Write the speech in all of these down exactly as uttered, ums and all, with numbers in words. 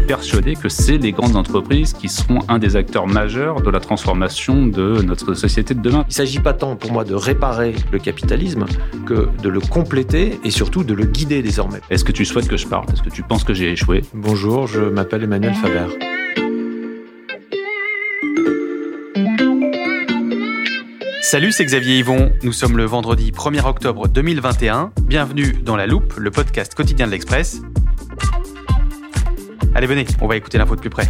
persuadé que c'est les grandes entreprises qui seront un des acteurs majeurs de la transformation de notre société de demain. Il ne s'agit pas tant pour moi de réparer le capitalisme que de le compléter et surtout de le guider désormais. Est-ce que tu souhaites que je parte ? Est-ce que tu penses que j'ai échoué ? Bonjour, je m'appelle Emmanuel Faber. Salut, c'est Xavier Yvon. Nous sommes le vendredi premier octobre deux mille vingt et un. Bienvenue dans La Loupe, le podcast quotidien de l'Express. Allez, venez, on va écouter l'info de plus près.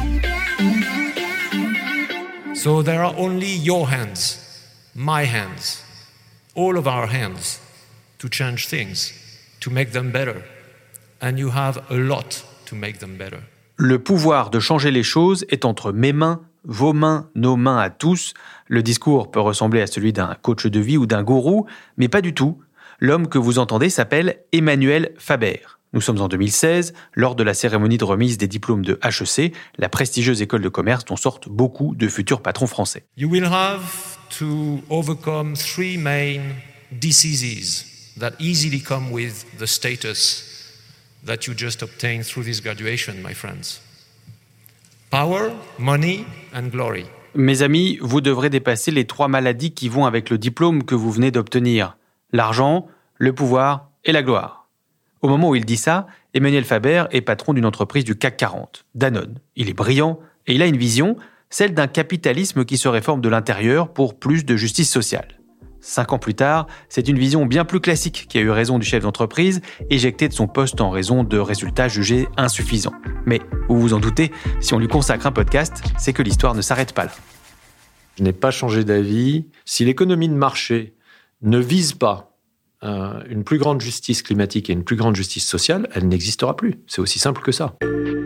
So there are only your hands, my hands, all of our hands to change things, to make them better. And you have a lot to make them better. Le pouvoir de changer les choses est entre mes mains, vos mains, nos mains à tous. Le discours peut ressembler à celui d'un coach de vie ou d'un gourou, mais pas du tout. L'homme que vous entendez s'appelle Emmanuel Faber. Nous sommes en deux mille seize, lors de la cérémonie de remise des diplômes de H E C, la prestigieuse école de commerce dont sortent beaucoup de futurs patrons français. You will have to overcome three main diseases that easily come with the status that you just obtained through this graduation, my friends. Power, money and glory. Mes amis, vous devrez dépasser les trois maladies qui vont avec le diplôme que vous venez d'obtenir. L'argent, le pouvoir et la gloire. Au moment où il dit ça, Emmanuel Faber est patron d'une entreprise du C A C quarante, Danone. Il est brillant et il a une vision, celle d'un capitalisme qui se réforme de l'intérieur pour plus de justice sociale. Cinq ans plus tard, c'est une vision bien plus classique qui a eu raison du chef d'entreprise, éjecté de son poste en raison de résultats jugés insuffisants. Mais, vous vous en doutez, si on lui consacre un podcast, c'est que l'histoire ne s'arrête pas là. Je n'ai pas changé d'avis. Si l'économie de marché ne vise pas euh, une plus grande justice climatique et une plus grande justice sociale, elle n'existera plus. C'est aussi simple que ça.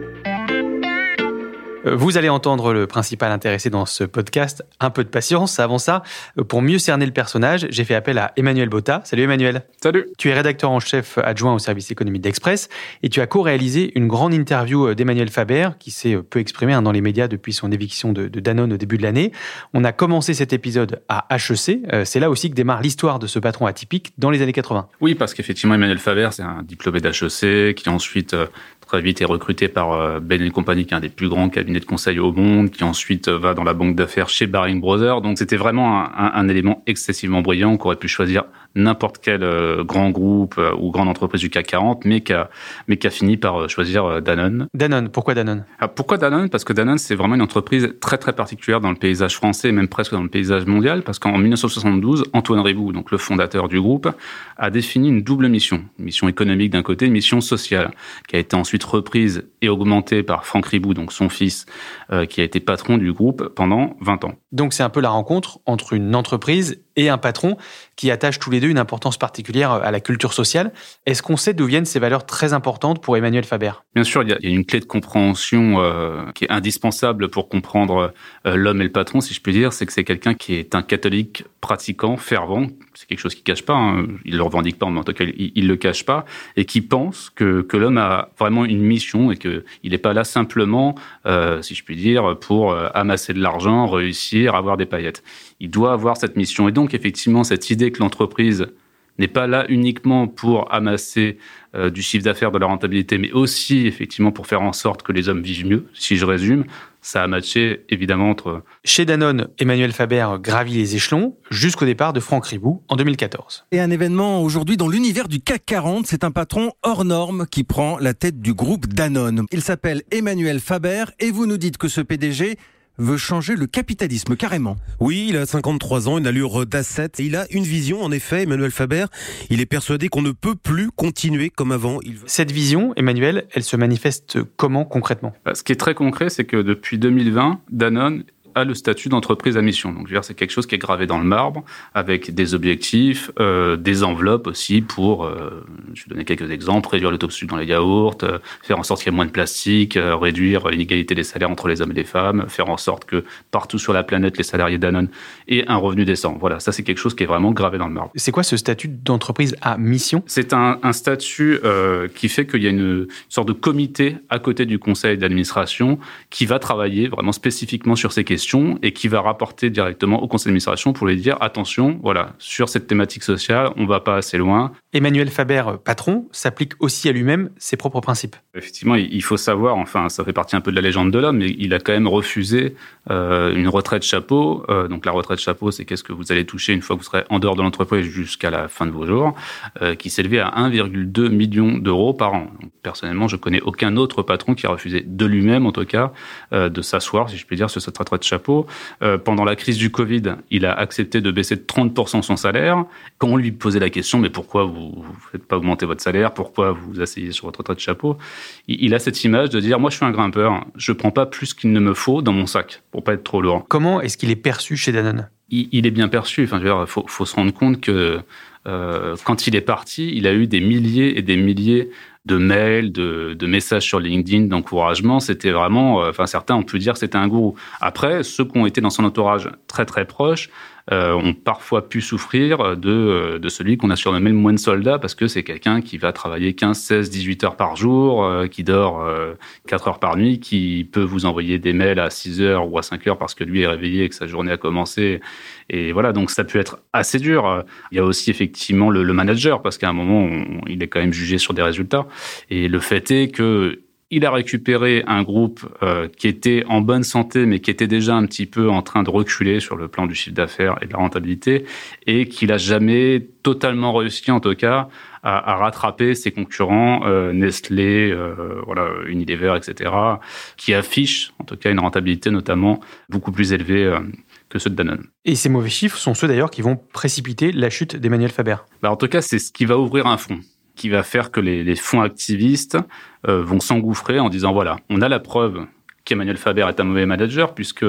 Vous allez entendre le principal intéressé dans ce podcast. Un peu de patience. Avant ça, pour mieux cerner le personnage, j'ai fait appel à Emmanuel Botta. Salut Emmanuel. Salut. Tu es rédacteur en chef adjoint au service économique d'Express et tu as co-réalisé une grande interview d'Emmanuel Faber qui s'est peu exprimé hein, dans les médias depuis son éviction de, de Danone au début de l'année. On a commencé cet épisode à H E C. C'est là aussi que démarre l'histoire de ce patron atypique dans les années quatre-vingts. Oui, parce qu'effectivement, Emmanuel Faber, c'est un diplômé d'H E C qui ensuite... Euh, très vite est recruté par Ben and Company, qui est un des plus grands cabinets de conseil au monde, qui ensuite va dans la banque d'affaires chez Baring Brothers. Donc c'était vraiment un, un, un élément excessivement brillant qu'on aurait pu choisir n'importe quel euh, grand groupe euh, ou grande entreprise du C A C quarante, mais qui a, mais qui a fini par choisir euh, Danone. Danone, pourquoi Danone ? Alors, pourquoi Danone ? Parce que Danone, c'est vraiment une entreprise très très particulière dans le paysage français, même presque dans le paysage mondial, parce qu'en dix-neuf cent soixante-douze, Antoine Riboud, donc le fondateur du groupe, a défini une double mission. Une mission économique d'un côté, une mission sociale, qui a été ensuite reprise et augmentée par Franck Riboud, donc son fils, euh, qui a été patron du groupe pendant vingt ans. Donc c'est un peu la rencontre entre une entreprise et un patron qui attachent tous les deux une importance particulière à la culture sociale. Est-ce qu'on sait d'où viennent ces valeurs très importantes pour Emmanuel Faber ? Bien sûr, il y a, il y a une clé de compréhension euh, qui est indispensable pour comprendre euh, l'homme et le patron, si je puis dire, c'est que c'est quelqu'un qui est un catholique pratiquant, fervent, c'est quelque chose qu'il cache pas, hein. Il le revendique pas, mais en tout cas, il, il le cache pas, et qui pense que, que l'homme a vraiment une mission et que il n'est pas là simplement, euh, si je puis dire, pour euh, amasser de l'argent, réussir, avoir des paillettes. Il doit avoir cette mission. Et donc, effectivement, cette idée que l'entreprise n'est pas là uniquement pour amasser euh, du chiffre d'affaires, de la rentabilité, mais aussi, effectivement, pour faire en sorte que les hommes vivent mieux, si je résume, ça a matché, évidemment, entre... Chez Danone, Emmanuel Faber gravit les échelons jusqu'au départ de Franck Riboud en deux mille quatorze. Et un événement aujourd'hui dans l'univers du C A C quarante, c'est un patron hors norme qui prend la tête du groupe Danone. Il s'appelle Emmanuel Faber et vous nous dites que ce P D G veut changer le capitalisme carrément. Oui, il a cinquante-trois ans, une allure d'ascète. Il a une vision, en effet, Emmanuel Faber. Il est persuadé qu'on ne peut plus continuer comme avant. Il... Cette vision, Emmanuel, elle se manifeste comment concrètement ? Ce qui est très concret, c'est que depuis deux mille vingt, Danone a le statut d'entreprise à mission. Donc, je veux dire, c'est quelque chose qui est gravé dans le marbre, avec des objectifs, euh, des enveloppes aussi pour, euh, je vais donner quelques exemples, réduire le taux de sucre dans les yaourts, euh, faire en sorte qu'il y ait moins de plastique, euh, réduire l'inégalité des salaires entre les hommes et les femmes, faire en sorte que partout sur la planète, les salariés Danone aient un revenu décent. Voilà, ça c'est quelque chose qui est vraiment gravé dans le marbre. C'est quoi ce statut d'entreprise à mission ? C'est un, un statut euh, qui fait qu'il y a une, une sorte de comité à côté du conseil d'administration qui va travailler vraiment spécifiquement sur ces questions. question et qui va rapporter directement au conseil d'administration pour lui dire attention, voilà, sur cette thématique sociale, on ne va pas assez loin. Emmanuel Faber, patron, s'applique aussi à lui-même ses propres principes. Effectivement, il faut savoir, enfin, ça fait partie un peu de la légende de l'homme, mais il a quand même refusé euh, une retraite chapeau. Euh, donc la retraite chapeau, c'est qu'est-ce que vous allez toucher une fois que vous serez en dehors de l'entreprise jusqu'à la fin de vos jours, euh, qui s'élevait à un virgule deux million d'euros par an. Donc, personnellement, je connais aucun autre patron qui a refusé de lui-même, en tout cas, euh, de s'asseoir, si je puis dire, sur cette retraite chapeau. Euh, pendant la crise du Covid, il a accepté de baisser de trente pour cent son salaire. Quand on lui posait la question, mais pourquoi vous ne faites pas augmenter votre salaire, pourquoi vous vous asseyez sur votre retraite chapeau, il a cette image de dire, moi je suis un grimpeur, je ne prends pas plus qu'il ne me faut dans mon sac, pour pas être trop lourd. Comment est-ce qu'il est perçu chez Danone ? il, il est bien perçu, enfin, je veux dire, faut, faut se rendre compte que euh, quand il est parti, il a eu des milliers et des milliers de mails, de, de messages sur LinkedIn, d'encouragement. C'était vraiment, euh, enfin certains ont pu dire que c'était un gourou. Après, ceux qui ont été dans son entourage très très proche euh, ont parfois pu souffrir de, de celui qu'on a surnommé le moine soldat, parce que c'est quelqu'un qui va travailler quinze, seize, dix-huit heures par jour, euh, qui dort euh, quatre heures par nuit, qui peut vous envoyer des mails à six heures ou à cinq heures parce que lui est réveillé et que sa journée a commencé. Et voilà, donc ça peut être assez dur. Il y a aussi effectivement le, le manager, parce qu'à un moment, on, il est quand même jugé sur des résultats. Et le fait est que il a récupéré un groupe euh, qui était en bonne santé, mais qui était déjà un petit peu en train de reculer sur le plan du chiffre d'affaires et de la rentabilité, et qu'il n'a jamais totalement réussi, en tout cas, à, à rattraper ses concurrents, euh, Nestlé, euh, voilà, Unilever, et cetera, qui affichent, en tout cas, une rentabilité notamment beaucoup plus élevée euh, que ceux de Danone. Et ces mauvais chiffres sont ceux, d'ailleurs, qui vont précipiter la chute d'Emmanuel Faber. Bah, en tout cas, c'est ce qui va ouvrir un fonds, qui va faire que les, les fonds activistes euh, vont s'engouffrer en disant, voilà, on a la preuve qu'Emmanuel Faber est un mauvais manager, puisque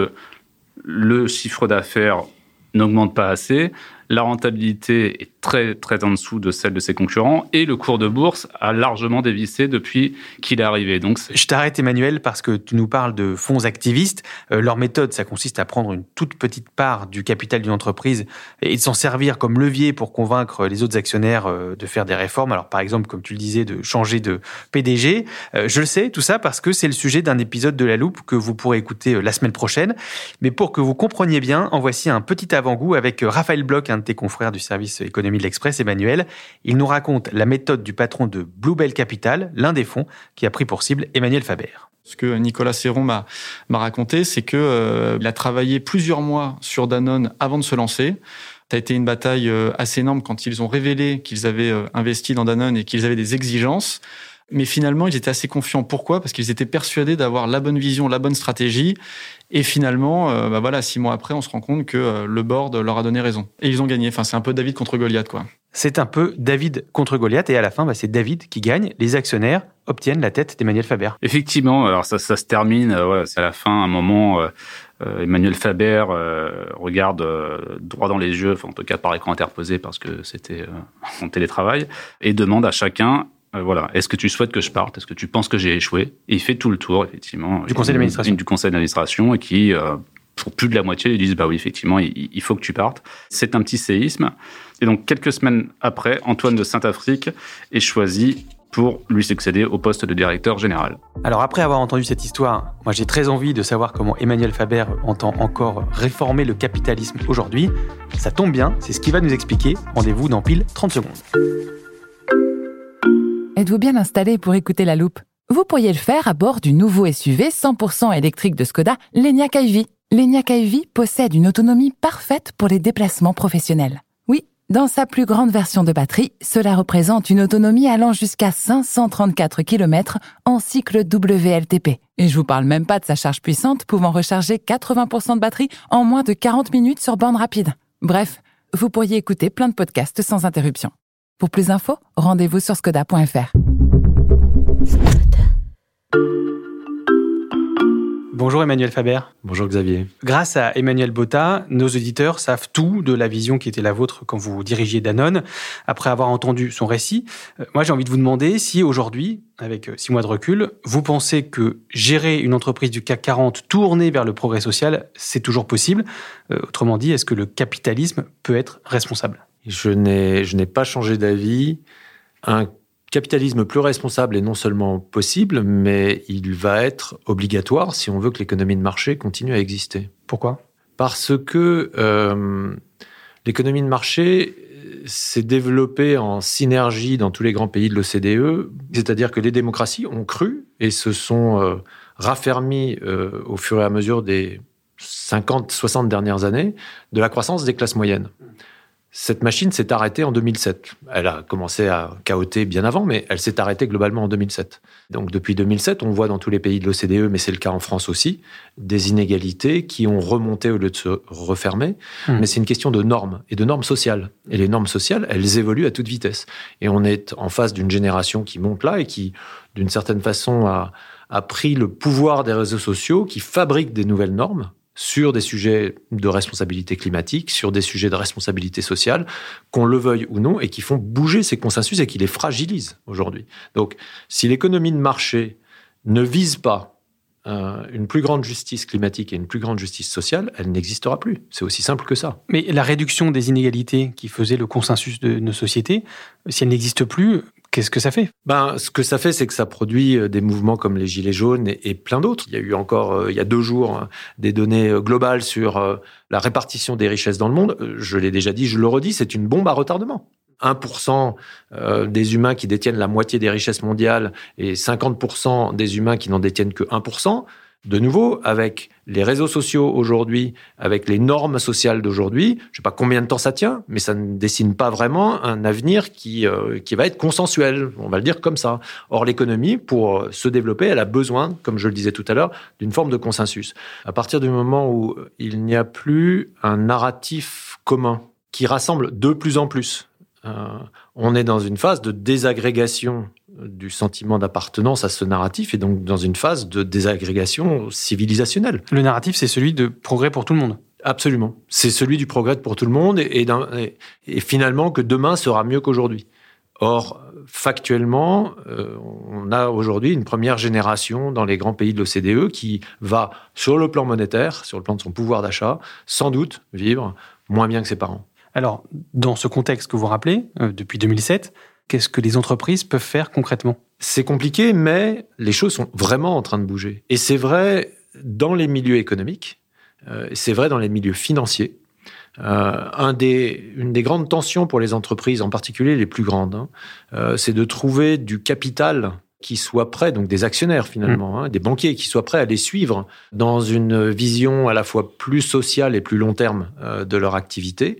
le chiffre d'affaires n'augmente pas assez, la rentabilité est très, très en dessous de celle de ses concurrents, et le cours de bourse a largement dévissé depuis qu'il est arrivé. Donc, c'est... Je t'arrête, Emmanuel, parce que tu nous parles de fonds activistes. Euh, leur méthode, ça consiste à prendre une toute petite part du capital d'une entreprise et de s'en servir comme levier pour convaincre les autres actionnaires euh, de faire des réformes. Alors, par exemple, comme tu le disais, de changer de P D G. Euh, je le sais, tout ça parce que c'est le sujet d'un épisode de La Loupe que vous pourrez écouter euh, la semaine prochaine. Mais pour que vous compreniez bien, en voici un petit avant-goût avec Raphaël Bloch, un de tes confrères du service économie de l'Express, Emmanuel. Il nous raconte la méthode du patron de Bluebell Capital, l'un des fonds qui a pris pour cible Emmanuel Faber. Ce que Nicolas Serron m'a, m'a raconté, c'est qu'il euh, a travaillé plusieurs mois sur Danone avant de se lancer. Ça a été une bataille euh, assez énorme quand ils ont révélé qu'ils avaient euh, investi dans Danone et qu'ils avaient des exigences. Mais finalement, ils étaient assez confiants. Pourquoi ? Parce qu'ils étaient persuadés d'avoir la bonne vision, la bonne stratégie. Et finalement, euh, bah voilà, six mois après, on se rend compte que euh, le board leur a donné raison. Et ils ont gagné. Enfin, c'est un peu David contre Goliath, quoi. C'est un peu David contre Goliath. Et à la fin, bah, c'est David qui gagne. Les actionnaires obtiennent la tête d'Emmanuel Faber. Effectivement. Alors, ça, ça se termine. Euh, ouais, c'est à la fin, un moment... Euh... Euh, Emmanuel Faber euh, regarde euh, droit dans les yeux, enfin, en tout cas par écran interposé parce que c'était euh, en télétravail, et demande à chacun, euh, voilà, est-ce que tu souhaites que je parte ? Est-ce que tu penses que j'ai échoué ? Et il fait tout le tour, effectivement. Du conseil d'administration. Du conseil d'administration, et qui, euh, pour plus de la moitié, lui disent, bah oui, effectivement, il, il faut que tu partes. C'est un petit séisme. Et donc, quelques semaines après, Antoine de Saint-Affrique est choisi pour lui succéder au poste de directeur général. Alors après avoir entendu cette histoire, moi j'ai très envie de savoir comment Emmanuel Faber entend encore réformer le capitalisme aujourd'hui. Ça tombe bien, c'est ce qu'il va nous expliquer. Rendez-vous dans pile trente secondes. Êtes-vous bien installé pour écouter La Loupe ? Vous pourriez le faire à bord du nouveau S U V cent pour cent électrique de Skoda, l'Enyaq i-V. L'Enyaq i-V possède une autonomie parfaite pour les déplacements professionnels. Oui, dans sa plus grande version de batterie, cela représente une autonomie allant jusqu'à cinq cent trente-quatre kilomètres en cycle W L T P. Et je vous parle même pas de sa charge puissante pouvant recharger quatre-vingts pour cent de batterie en moins de quarante minutes sur borne rapide. Bref, vous pourriez écouter plein de podcasts sans interruption. Pour plus d'infos, rendez-vous sur skoda point f r. Bonjour Emmanuel Faber. Bonjour Xavier. Grâce à Emmanuel Botta, nos auditeurs savent tout de la vision qui était la vôtre quand vous dirigiez Danone. Après avoir entendu son récit, euh, moi j'ai envie de vous demander si aujourd'hui, avec six mois de recul, vous pensez que gérer une entreprise du C A C quarante tournée vers le progrès social, c'est toujours possible. Euh, autrement dit, est-ce que le capitalisme peut être responsable ? Je n'ai, je n'ai pas changé d'avis. Un capitalisme plus responsable est non seulement possible, mais il va être obligatoire si on veut que l'économie de marché continue à exister. Pourquoi ? Parce que euh, l'économie de marché s'est développée en synergie dans tous les grands pays de l'O C D E, c'est-à-dire que les démocraties ont cru et se sont euh, raffermies euh, au fur et à mesure des cinquante soixante dernières années de la croissance des classes moyennes. Cette machine s'est arrêtée en deux mille sept. Elle a commencé à cahoter bien avant, mais elle s'est arrêtée globalement en deux mille sept. Donc depuis deux mille sept, on voit dans tous les pays de l'O C D E, mais c'est le cas en France aussi, des inégalités qui ont remonté au lieu de se refermer. Mmh. Mais c'est une question de normes et de normes sociales. Et les normes sociales, elles évoluent à toute vitesse. Et on est en face d'une génération qui monte là et qui, d'une certaine façon, a, a pris le pouvoir des réseaux sociaux, qui fabriquent des nouvelles normes sur des sujets de responsabilité climatique, sur des sujets de responsabilité sociale, qu'on le veuille ou non, et qui font bouger ces consensus et qui les fragilisent aujourd'hui. Donc, si l'économie de marché ne vise pas euh, une plus grande justice climatique et une plus grande justice sociale, elle n'existera plus. C'est aussi simple que ça. Mais la réduction des inégalités qui faisait le consensus de nos sociétés, si elle n'existe plus, qu'est-ce que ça fait ? Ben, ce que ça fait, c'est que ça produit des mouvements comme les Gilets jaunes et, et plein d'autres. Il y a eu encore, euh, il y a deux jours, hein, des données globales sur euh, la répartition des richesses dans le monde. Je l'ai déjà dit, je le redis, c'est une bombe à retardement. un pour cent euh, des humains qui détiennent la moitié des richesses mondiales et cinquante pour cent des humains qui n'en détiennent que un pour cent. De nouveau, avec les réseaux sociaux aujourd'hui, avec les normes sociales d'aujourd'hui, je ne sais pas combien de temps ça tient, mais ça ne dessine pas vraiment un avenir qui, euh, qui va être consensuel, on va le dire comme ça. Or, l'économie, pour se développer, elle a besoin, comme je le disais tout à l'heure, d'une forme de consensus. À partir du moment où il n'y a plus un narratif commun qui rassemble de plus en plus, euh, on est dans une phase de désagrégation du sentiment d'appartenance à ce narratif et donc dans une phase de désagrégation civilisationnelle. Le narratif, c'est celui de progrès pour tout le monde. Absolument. C'est celui du progrès pour tout le monde et, et, et, et finalement que demain sera mieux qu'aujourd'hui. Or, factuellement, euh, on a aujourd'hui une première génération dans les grands pays de l'O C D E qui va, sur le plan monétaire, sur le plan de son pouvoir d'achat, sans doute vivre moins bien que ses parents. Alors, dans ce contexte que vous rappelez, euh, depuis deux mille sept, qu'est-ce que les entreprises peuvent faire concrètement ? C'est compliqué, mais les choses sont vraiment en train de bouger. Et c'est vrai dans les milieux économiques, euh, c'est vrai dans les milieux financiers. Euh, un des, une des grandes tensions pour les entreprises, en particulier les plus grandes, hein, euh, c'est de trouver du capital qui soit prêt, donc des actionnaires finalement, mmh. hein, des banquiers qui soient prêts à les suivre dans une vision à la fois plus sociale et plus long terme euh, de leur activité.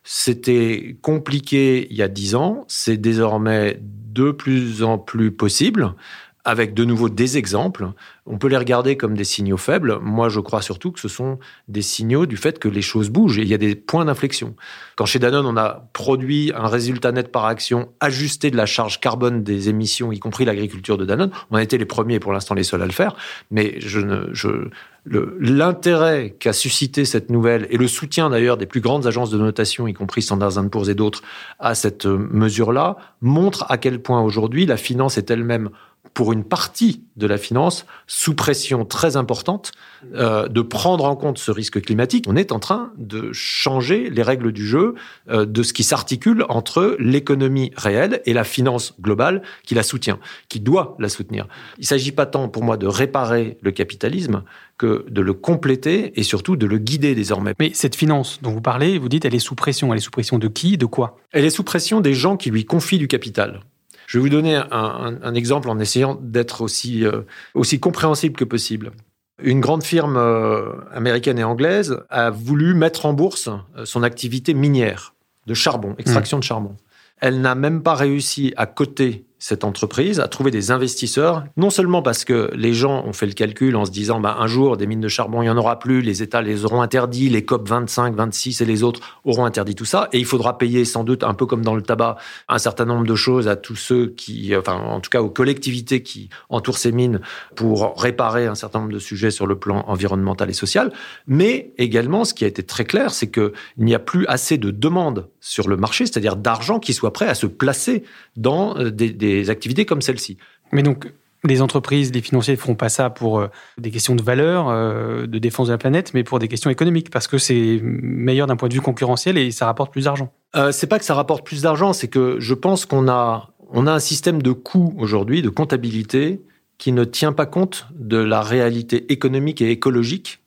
C'était compliqué il y a dix ans, c'est désormais de plus en plus possible, avec de nouveau des exemples. On peut les regarder comme des signaux faibles. Moi, je crois surtout que ce sont des signaux du fait que les choses bougent et il y a des points d'inflexion. Quand chez Danone, on a produit un résultat net par action ajusté de la charge carbone des émissions, y compris l'agriculture de Danone, on a été les premiers et pour l'instant les seuls à le faire. Mais je ne, je, le, l'intérêt qu'a suscité cette nouvelle et le soutien d'ailleurs des plus grandes agences de notation, y compris Standard and Poor's et d'autres, à cette mesure-là, montre à quel point aujourd'hui la finance est elle-même, pour une partie de la finance, sous pression très importante euh, de prendre en compte ce risque climatique. On est en train de changer les règles du jeu euh, de ce qui s'articule entre l'économie réelle et la finance globale qui la soutient, qui doit la soutenir. Il ne s'agit pas tant pour moi de réparer le capitalisme que de le compléter et surtout de le guider désormais. Mais cette finance dont vous parlez, vous dites elle est sous pression. Elle est sous pression de qui, de quoi ? Elle est sous pression des gens qui lui confient du capital. Je vais vous donner un, un, un exemple en essayant d'être aussi, euh, aussi compréhensible que possible. Une grande firme euh, américaine et anglaise a voulu mettre en bourse euh, son activité minière de charbon, extraction mmh. de charbon. Elle n'a même pas réussi à coter cette entreprise, à trouver des investisseurs, non seulement parce que les gens ont fait le calcul en se disant bah, un jour, des mines de charbon, il n'y en aura plus, les États les auront interdits, les COP vingt-cinq, vingt-six et les autres auront interdit tout ça, et il faudra payer sans doute, un peu comme dans le tabac, un certain nombre de choses à tous ceux qui, enfin en tout cas aux collectivités qui entourent ces mines pour réparer un certain nombre de sujets sur le plan environnemental et social, mais également, ce qui a été très clair, c'est qu'il n'y a plus assez de demandes sur le marché, c'est-à-dire d'argent qui soit prêt à se placer dans des, des des activités comme celle-ci. Mais donc, les entreprises, les financiers ne feront pas ça pour euh, des questions de valeur, euh, de défense de la planète, mais pour des questions économiques, parce que c'est meilleur d'un point de vue concurrentiel et ça rapporte plus d'argent. Euh, c'est pas que ça rapporte plus d'argent, c'est que je pense qu'on a, on a un système de coûts aujourd'hui, de comptabilité, qui ne tient pas compte de la réalité économique et écologique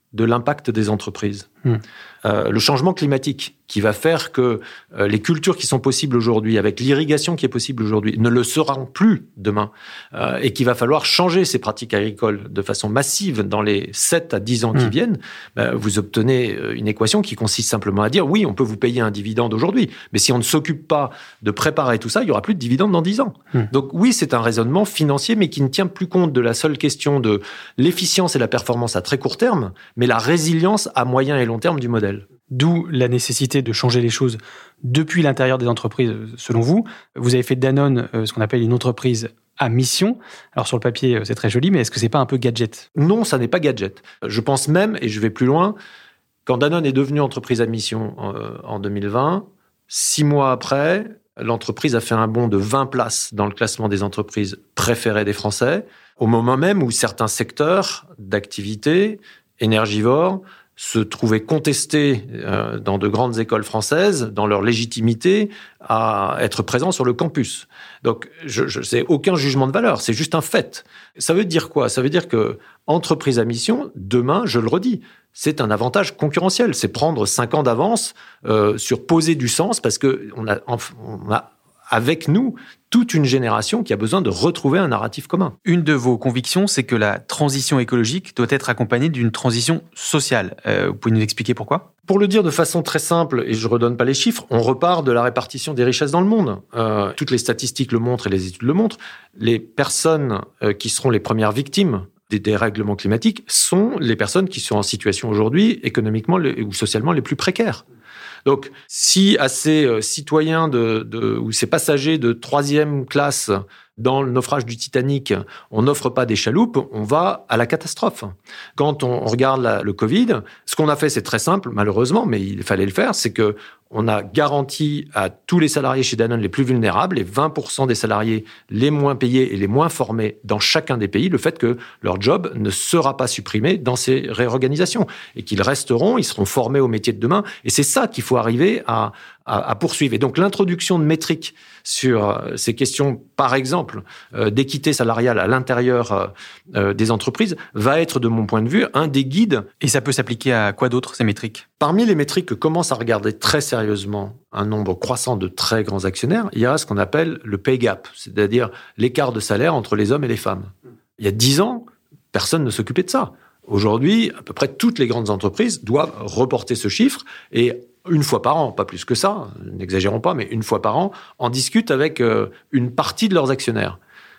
de l'impact des entreprises. Mmh. Euh, le changement climatique qui va faire que euh, les cultures qui sont possibles aujourd'hui, avec l'irrigation qui est possible aujourd'hui, ne le seront plus demain, euh, et qu'il va falloir changer ces pratiques agricoles de façon massive dans les sept à dix ans qui mmh. viennent, bah, vous obtenez une équation qui consiste simplement à dire oui, on peut vous payer un dividende aujourd'hui, mais si on ne s'occupe pas de préparer tout ça, il n'y aura plus de dividende dans dix ans. Mmh. Donc oui, c'est un raisonnement financier, mais qui ne tient plus compte de la seule question de l'efficience et la performance à très court terme, mais la résilience à moyen et long terme du modèle. D'où la nécessité de changer les choses depuis l'intérieur des entreprises, selon vous. Vous avez fait de Danone euh, ce qu'on appelle une entreprise à mission. Alors sur le papier, c'est très joli, mais est-ce que c'est pas un peu gadget ? Non, ça n'est pas gadget. Je pense même, et je vais plus loin, quand Danone est devenue entreprise à mission euh, en deux mille vingt, six mois après, l'entreprise a fait un bond de vingt places dans le classement des entreprises préférées des Français, au moment même où certains secteurs d'activité énergivores se trouvaient contestés euh, dans de grandes écoles françaises, dans leur légitimité à être présents sur le campus. Donc, je, je c'est aucun jugement de valeur, c'est juste un fait. Ça veut dire quoi ? Ça veut dire que entreprise à mission, demain, je le redis, c'est un avantage concurrentiel. C'est prendre cinq ans d'avance euh, sur poser du sens, parce que on a, on a avec nous toute une génération qui a besoin de retrouver un narratif commun. Une de vos convictions, c'est que la transition écologique doit être accompagnée d'une transition sociale. Euh, vous pouvez nous expliquer pourquoi ? Pour le dire de façon très simple, et je ne redonne pas les chiffres, on repart de la répartition des richesses dans le monde. Euh, toutes les statistiques le montrent et les études le montrent. Les personnes euh, qui seront les premières victimes des dérèglements climatiques sont les personnes qui sont en situation aujourd'hui économiquement ou socialement les plus précaires. Donc, si à ces citoyens de, de, ou ces passagers de troisième classe dans le naufrage du Titanic, on n'offre pas des chaloupes, on va à la catastrophe. Quand on regarde la, le Covid, ce qu'on a fait, c'est très simple, malheureusement, mais il fallait le faire, c'est que on a garanti à tous les salariés chez Danone les plus vulnérables, les vingt pour cent des salariés les moins payés et les moins formés dans chacun des pays, le fait que leur job ne sera pas supprimé dans ces réorganisations et qu'ils resteront, ils seront formés au métier de demain. Et c'est ça qu'il faut arriver à, à, à poursuivre. Et donc l'introduction de métriques sur ces questions, par exemple, euh, d'équité salariale à l'intérieur euh, des entreprises, va être, de mon point de vue, un des guides. Et ça peut s'appliquer à quoi d'autre, ces métriques ? Parmi les métriques que commence à regarder très sérieusement un nombre croissant de très grands actionnaires, il y a ce qu'on appelle le pay gap, c'est-à-dire l'écart de salaire entre les hommes et les femmes. Il y a dix ans, personne ne s'occupait de ça. Aujourd'hui, à peu près toutes les grandes entreprises doivent reporter ce chiffre et une fois par an, pas plus que ça, n'exagérons pas, mais une fois par an, en discutent avec euh, une partie de leurs actionnaires.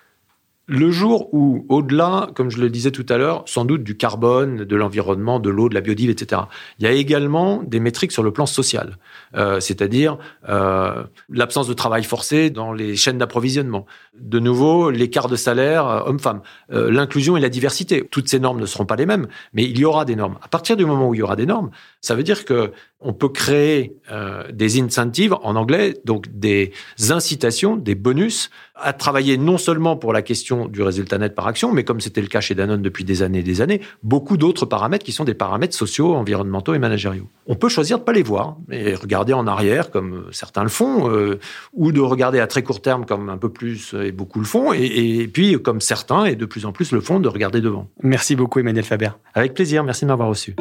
Le jour où, au-delà, comme je le disais tout à l'heure, sans doute du carbone, de l'environnement, de l'eau, de la biodiversité, et cetera, il y a également des métriques sur le plan social, euh, c'est-à-dire euh, l'absence de travail forcé dans les chaînes d'approvisionnement. De nouveau, l'écart de salaire euh, homme-femme, euh, l'inclusion et la diversité. Toutes ces normes ne seront pas les mêmes, mais il y aura des normes. À partir du moment où il y aura des normes, ça veut dire que on peut créer euh, des incentives, en anglais, donc des incitations, des bonus, à travailler non seulement pour la question du résultat net par action, mais comme c'était le cas chez Danone depuis des années et des années, beaucoup d'autres paramètres qui sont des paramètres sociaux, environnementaux et managériaux. On peut choisir de ne pas les voir et regarder en arrière, comme certains le font, euh, ou de regarder à très court terme, comme un peu plus et beaucoup le font, et, et puis, comme certains et de plus en plus le font, de regarder devant. Merci beaucoup, Emmanuel Faber. Avec plaisir, merci de m'avoir reçu.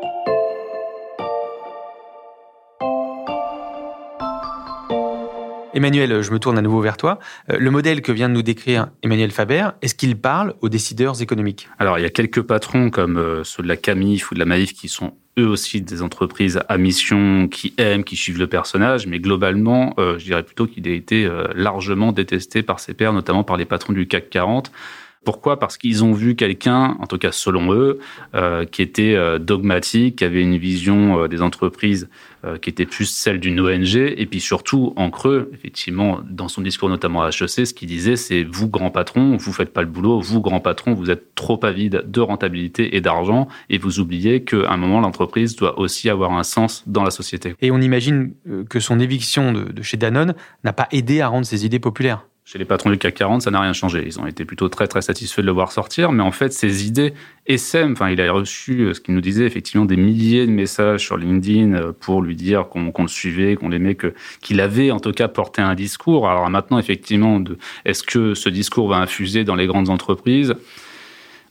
Emmanuel, je me tourne à nouveau vers toi. Le modèle que vient de nous décrire Emmanuel Faber, est-ce qu'il parle aux décideurs économiques ? Alors, il y a quelques patrons comme ceux de la Camif ou de la Maïf qui sont eux aussi des entreprises à mission, qui aiment, qui suivent le personnage, mais globalement, euh, je dirais plutôt qu'il a été euh, largement détesté par ses pairs, notamment par les patrons du C A C quarante. Pourquoi ? Parce qu'ils ont vu quelqu'un, en tout cas selon eux, euh, qui était euh, dogmatique, qui avait une vision euh, des entreprises euh, qui était plus celle d'une O N G, et puis surtout, en creux, effectivement, dans son discours notamment à H E C, ce qu'il disait, c'est « vous, grands patrons, vous faites pas le boulot, vous, grands patrons, vous êtes trop avides de rentabilité et d'argent, et vous oubliez qu'à un moment, l'entreprise doit aussi avoir un sens dans la société. » Et on imagine que son éviction de, de chez Danone n'a pas aidé à rendre ses idées populaires. Chez les patrons du C A C quarante, ça n'a rien changé. Ils ont été plutôt très, très satisfaits de le voir sortir. Mais en fait, ces idées essaiment. Enfin, il a reçu, ce qu'il nous disait, effectivement, des milliers de messages sur LinkedIn pour lui dire qu'on, qu'on le suivait, qu'on l'aimait, que, qu'il avait, en tout cas, porté un discours. Alors maintenant, effectivement, de, est-ce que ce discours va infuser dans les grandes entreprises ?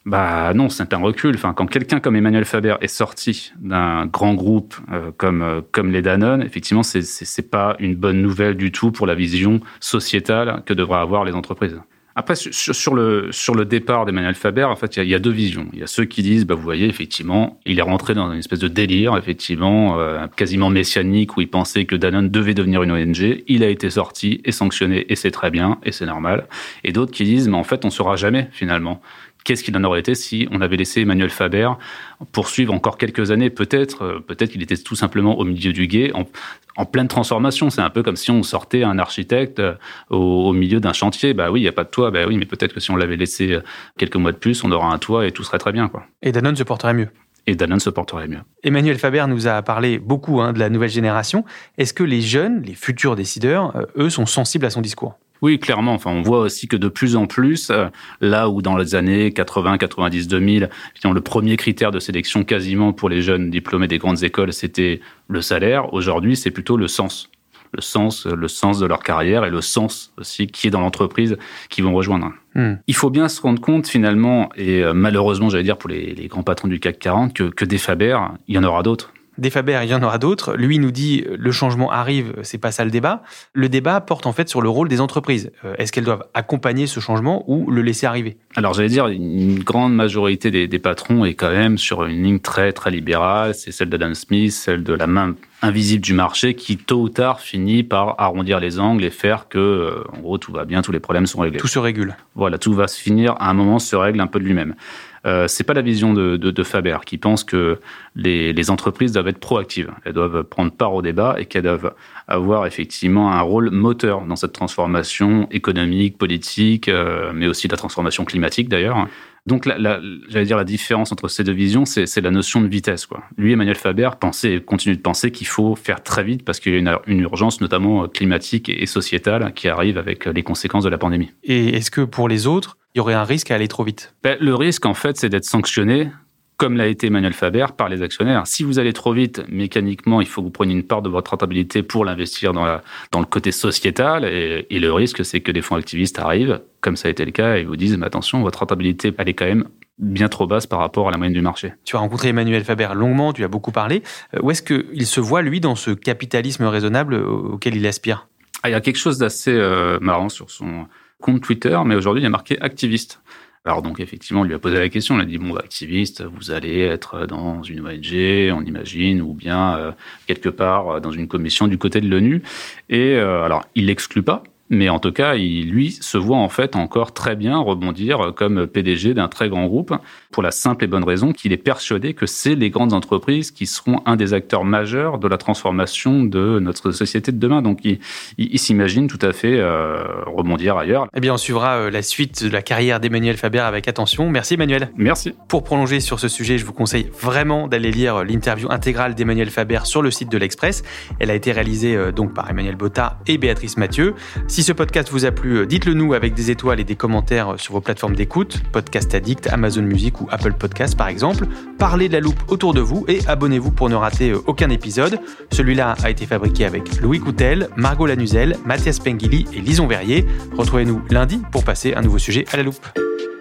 Bah non, c'est un recul. Enfin, quand quelqu'un comme Emmanuel Faber est sorti d'un grand groupe euh, comme euh, comme les Danone, effectivement, c'est, c'est c'est pas une bonne nouvelle du tout pour la vision sociétale que devraient avoir les entreprises. Après, sur, sur le sur le départ d'Emmanuel Faber, en fait, il y a, il y a deux visions. Il y a ceux qui disent, bah vous voyez, effectivement, il est rentré dans une espèce de délire, effectivement, euh, quasiment messianique, où il pensait que Danone devait devenir une O N G. Il a été sorti et sanctionné, et c'est très bien, et c'est normal. Et d'autres qui disent, mais en fait, on saura jamais finalement. Qu'est-ce qu'il en aurait été si on avait laissé Emmanuel Faber poursuivre encore quelques années? Peut-être, peut-être qu'il était tout simplement au milieu du gué, en, en pleine transformation. C'est un peu comme si on sortait un architecte au, au milieu d'un chantier. Bah oui, il n'y a pas de toit. Bah oui, mais peut-être que si on l'avait laissé quelques mois de plus, on aura un toit et tout serait très bien, quoi. Et Danone se porterait mieux. Et Danone se porterait mieux. Emmanuel Faber nous a parlé beaucoup hein, de la nouvelle génération. Est-ce que les jeunes, les futurs décideurs, euh, eux, sont sensibles à son discours? Oui, clairement. Enfin, on voit aussi que de plus en plus, euh, là où dans les années quatre-vingts, quatre-vingt-dix, deux mille, le premier critère de sélection quasiment pour les jeunes diplômés des grandes écoles, c'était le salaire. Aujourd'hui, c'est plutôt le sens. Le sens, le sens de leur carrière et le sens aussi qui est dans l'entreprise qu'ils vont rejoindre. Mmh. Il faut bien se rendre compte finalement, et euh, malheureusement, j'allais dire pour les, les grands patrons du C A C quarante, que, que des Faber, il y en aura d'autres. Des Faber, il y en aura d'autres. Lui nous dit le changement arrive, c'est pas ça le débat. Le débat porte en fait sur le rôle des entreprises. Est-ce qu'elles doivent accompagner ce changement ou le laisser arriver? Alors j'allais dire, une grande majorité des, des patrons est quand même sur une ligne très très libérale. C'est celle d'Adam Smith, celle de la main invisible du marché qui tôt ou tard finit par arrondir les angles et faire que, en gros, tout va bien, tous les problèmes sont réglés. Tout se régule. Voilà, tout va se finir à un moment se règle un peu de lui-même. Euh, c'est pas la vision de, de, de Faber qui pense que les, les entreprises doivent être proactives. Elles doivent prendre part au débat et qu'elles doivent avoir effectivement un rôle moteur dans cette transformation économique, politique, euh, mais aussi la transformation climatique d'ailleurs. Donc, la, la, j'allais dire la différence entre ces deux visions, c'est, c'est la notion de vitesse, quoi. Lui, Emmanuel Faber, pensait et continue de penser qu'il faut faire très vite parce qu'il y a une, une urgence, notamment climatique et sociétale, qui arrive avec les conséquences de la pandémie. Et est-ce que pour les autres, il y aurait un risque à aller trop vite? Ben, le risque, en fait, c'est d'être sanctionné, comme l'a été Emmanuel Faber, par les actionnaires. Si vous allez trop vite, mécaniquement, il faut que vous preniez une part de votre rentabilité pour l'investir dans, la, dans le côté sociétal. Et, et le risque, c'est que des fonds activistes arrivent, comme ça a été le cas, et vous disent, mais attention, votre rentabilité, elle est quand même bien trop basse par rapport à la moyenne du marché. Tu as rencontré Emmanuel Faber longuement, tu as beaucoup parlé. Où est-ce qu'il se voit, lui, dans ce capitalisme raisonnable auquel il aspire? Ah, il y a quelque chose d'assez euh, marrant sur son compte Twitter, mais aujourd'hui, il y a marqué « activiste ». Alors donc effectivement, on lui a posé la question, on lui a dit « bon, activiste, vous allez être dans une O N G, on imagine, ou bien euh, quelque part dans une commission du côté de l'ONU ». Et euh, alors, il l'exclut pas, mais en tout cas, il, lui, se voit en fait encore très bien rebondir comme P D G d'un très grand groupe, pour la simple et bonne raison qu'il est persuadé que c'est les grandes entreprises qui seront un des acteurs majeurs de la transformation de notre société de demain. Donc, il, il, il s'imagine tout à fait euh, rebondir ailleurs. Eh bien, on suivra la suite de la carrière d'Emmanuel Faber avec attention. Merci Emmanuel. Merci. Pour prolonger sur ce sujet, je vous conseille vraiment d'aller lire l'interview intégrale d'Emmanuel Faber sur le site de l'Express. Elle a été réalisée euh, donc par Emmanuel Botta et Béatrice Mathieu. Si ce podcast vous a plu, dites-le nous avec des étoiles et des commentaires sur vos plateformes d'écoute, Podcast Addict, Amazon Music ou Apple Podcast par exemple. Parlez de la loupe autour de vous et abonnez-vous pour ne rater aucun épisode. Celui-là a été fabriqué avec Louis Coutel, Margot Lanuzel, Mathias Pengili et Lison Verrier. Retrouvez-nous lundi pour passer un nouveau sujet à la loupe.